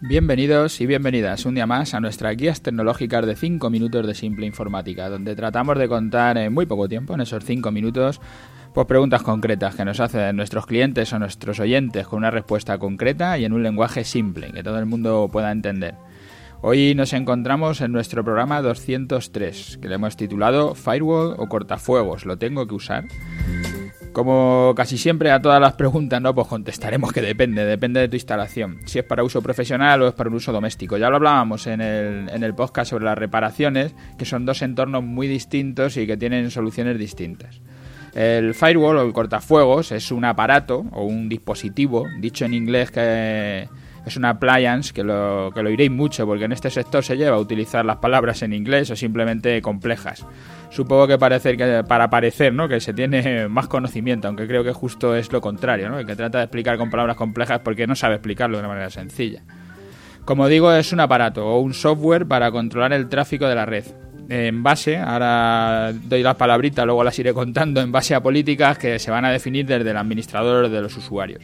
Bienvenidos y bienvenidas un día más a nuestras guías tecnológicas de 5 minutos de simple informática, donde tratamos de contar en muy poco tiempo, en esos 5 minutos, pues preguntas concretas que nos hacen nuestros clientes o nuestros oyentes con una respuesta concreta y en un lenguaje simple, que todo el mundo pueda entender. Hoy nos encontramos en nuestro programa 203, que le hemos titulado Firewall o cortafuegos, ¿lo tengo que usar? Como casi siempre a todas las preguntas, ¿no? Pues contestaremos que depende de tu instalación. Si es para uso profesional o es para un uso doméstico. Ya lo hablábamos en el podcast sobre las reparaciones, que son dos entornos muy distintos y que tienen soluciones distintas. El firewall o el cortafuegos es un aparato o un dispositivo, dicho en inglés que es una appliance, que lo oiréis mucho porque en este sector se lleva a utilizar las palabras en inglés o simplemente complejas. Supongo que para parecer, ¿no?, que se tiene más conocimiento, aunque creo que justo es lo contrario, ¿no?, el que trata de explicar con palabras complejas porque no sabe explicarlo de una manera sencilla. Como digo, es un aparato o un software para controlar el tráfico de la red. En base, ahora doy las palabritas, luego las iré contando, en base a políticas que se van a definir desde el administrador de los usuarios.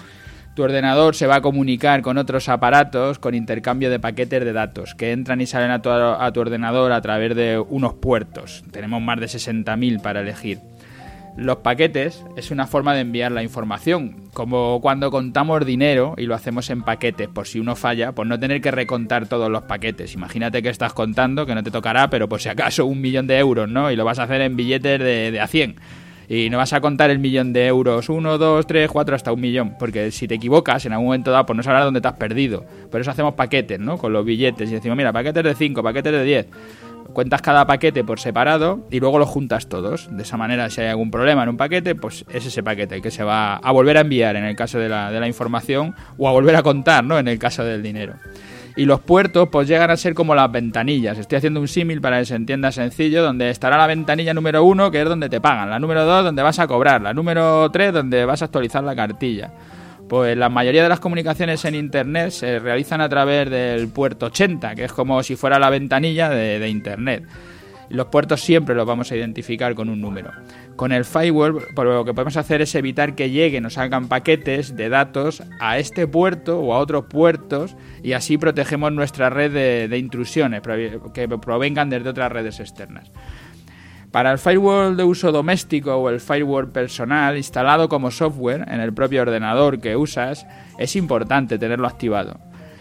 Tu ordenador se va a comunicar con otros aparatos con intercambio de paquetes de datos que entran y salen a tu ordenador a través de unos puertos. Tenemos más de 60.000 para elegir. Los paquetes es una forma de enviar la información, como cuando contamos dinero y lo hacemos en paquetes, por si uno falla, pues no tener que recontar todos los paquetes. Imagínate que estás contando, que no te tocará, pero por si acaso 1.000.000 de euros, ¿no? Y lo vas a hacer en billetes de a 100. Y no vas a contar el 1.000.000 de euros, 1, 2, 3, 4, hasta 1.000.000, porque si te equivocas en algún momento dado, pues no sabrás dónde te has perdido. Por eso hacemos paquetes, ¿no?, con los billetes y decimos, mira, paquetes de 5, paquetes de 10. Cuentas cada paquete por separado y luego los juntas todos. De esa manera, si hay algún problema en un paquete, pues es ese paquete el que se va a volver a enviar en el caso de la información, o a volver a contar, ¿no?, en el caso del dinero. Y los puertos pues llegan a ser como las ventanillas. Estoy haciendo un símil para que se entienda sencillo, donde estará la ventanilla número 1, que es donde te pagan, la número 2, donde vas a cobrar, la número 3, donde vas a actualizar la cartilla. Pues la mayoría de las comunicaciones en Internet se realizan a través del puerto 80, que es como si fuera la ventanilla de Internet. Los puertos siempre los vamos a identificar con un número. Con el firewall, pues lo que podemos hacer es evitar que lleguen o salgan paquetes de datos a este puerto o a otros puertos, y así protegemos nuestra red de intrusiones que provengan desde otras redes externas. Para el firewall de uso doméstico o el firewall personal instalado como software en el propio ordenador que usas, es importante tenerlo activado.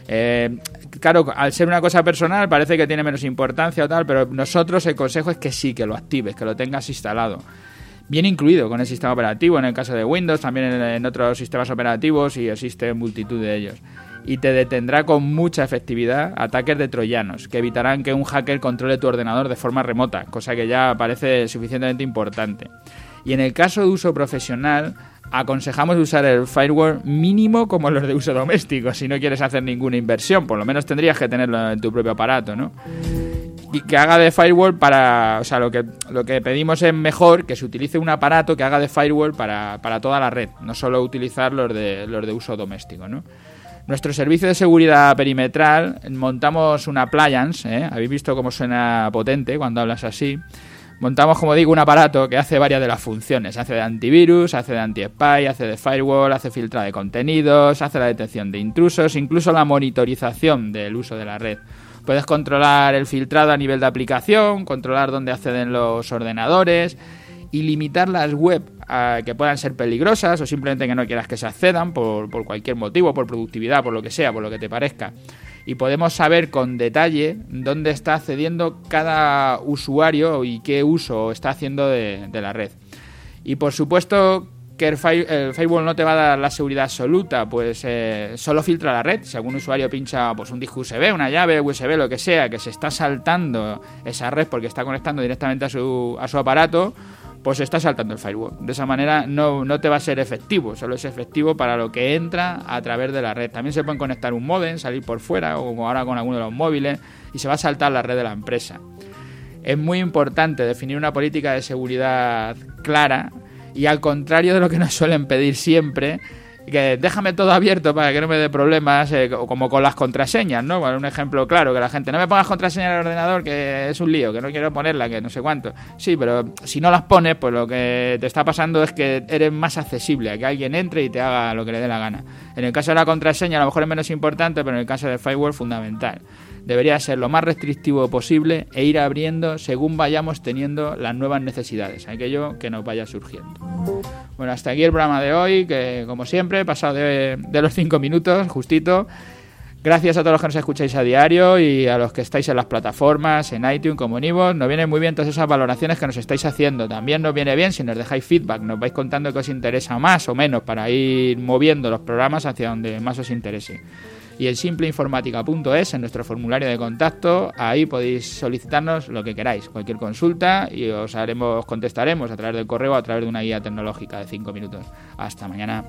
Claro, al ser una cosa personal parece que tiene menos importancia o tal, pero nosotros el consejo es que sí, que lo actives, que lo tengas instalado. Bien incluido con el sistema operativo, en el caso de Windows, también en otros sistemas operativos, y existe multitud de ellos. Y te detendrá con mucha efectividad ataques de troyanos, que evitarán que un hacker controle tu ordenador de forma remota, cosa que ya parece suficientemente importante. Y en el caso de uso profesional, aconsejamos usar el firewall mínimo como los de uso doméstico, si no quieres hacer ninguna inversión. Por lo menos tendrías que tenerlo en tu propio aparato, ¿no? Y que haga de firewall para... O sea, lo que pedimos es mejor que se utilice un aparato que haga de firewall para toda la red, no solo utilizar los de uso doméstico, ¿no? Nuestro servicio de seguridad perimetral, montamos una appliance, ¿eh? Habéis visto cómo suena potente cuando hablas así. Montamos, como digo, un aparato que hace varias de las funciones. Hace de antivirus, hace de anti-spy, hace de firewall, hace filtrado de contenidos, hace la detección de intrusos, incluso la monitorización del uso de la red. Puedes controlar el filtrado a nivel de aplicación, controlar dónde acceden los ordenadores y limitar las web que puedan ser peligrosas o simplemente que no quieras que se accedan por cualquier motivo, por productividad, por lo que sea, por lo que te parezca. Y podemos saber con detalle dónde está accediendo cada usuario y qué uso está haciendo de la red. Y por supuesto que el firewall no te va a dar la seguridad absoluta, pues solo filtra la red. Si algún usuario pincha pues un disco USB, una llave USB, lo que sea, que se está saltando esa red porque está conectando directamente a su aparato, pues está saltando el firewall. De esa manera no te va a ser efectivo, solo es efectivo para lo que entra a través de la red. También se pueden conectar un módem, salir por fuera, o como ahora con alguno de los móviles, y se va a saltar la red de la empresa. Es muy importante definir una política de seguridad clara, y al contrario de lo que nos suelen pedir siempre, que déjame todo abierto para que no me dé problemas, como con las contraseñas, ¿no? Bueno, un ejemplo claro, que la gente, no me pongas contraseña en el ordenador, que es un lío, que no quiero ponerla, que no sé cuánto. Sí, pero si no las pones, pues lo que te está pasando es que eres más accesible a que alguien entre y te haga lo que le dé la gana. En el caso de la contraseña a lo mejor es menos importante, pero en el caso del firewall fundamental. Debería ser lo más restrictivo posible e ir abriendo según vayamos teniendo las nuevas necesidades, aquello que nos vaya surgiendo. Bueno, hasta aquí el programa de hoy, que como siempre he pasado de los 5 minutos, justito. Gracias a todos los que nos escucháis a diario y a los que estáis en las plataformas, en iTunes como en iVoox. Nos vienen muy bien todas esas valoraciones que nos estáis haciendo. También nos viene bien si nos dejáis feedback, nos vais contando qué os interesa más o menos para ir moviendo los programas hacia donde más os interese. Y en simpleinformática.es, en nuestro formulario de contacto, ahí podéis solicitarnos lo que queráis, cualquier consulta, y os contestaremos a través del correo o a través de una guía tecnológica de 5 minutos. Hasta mañana.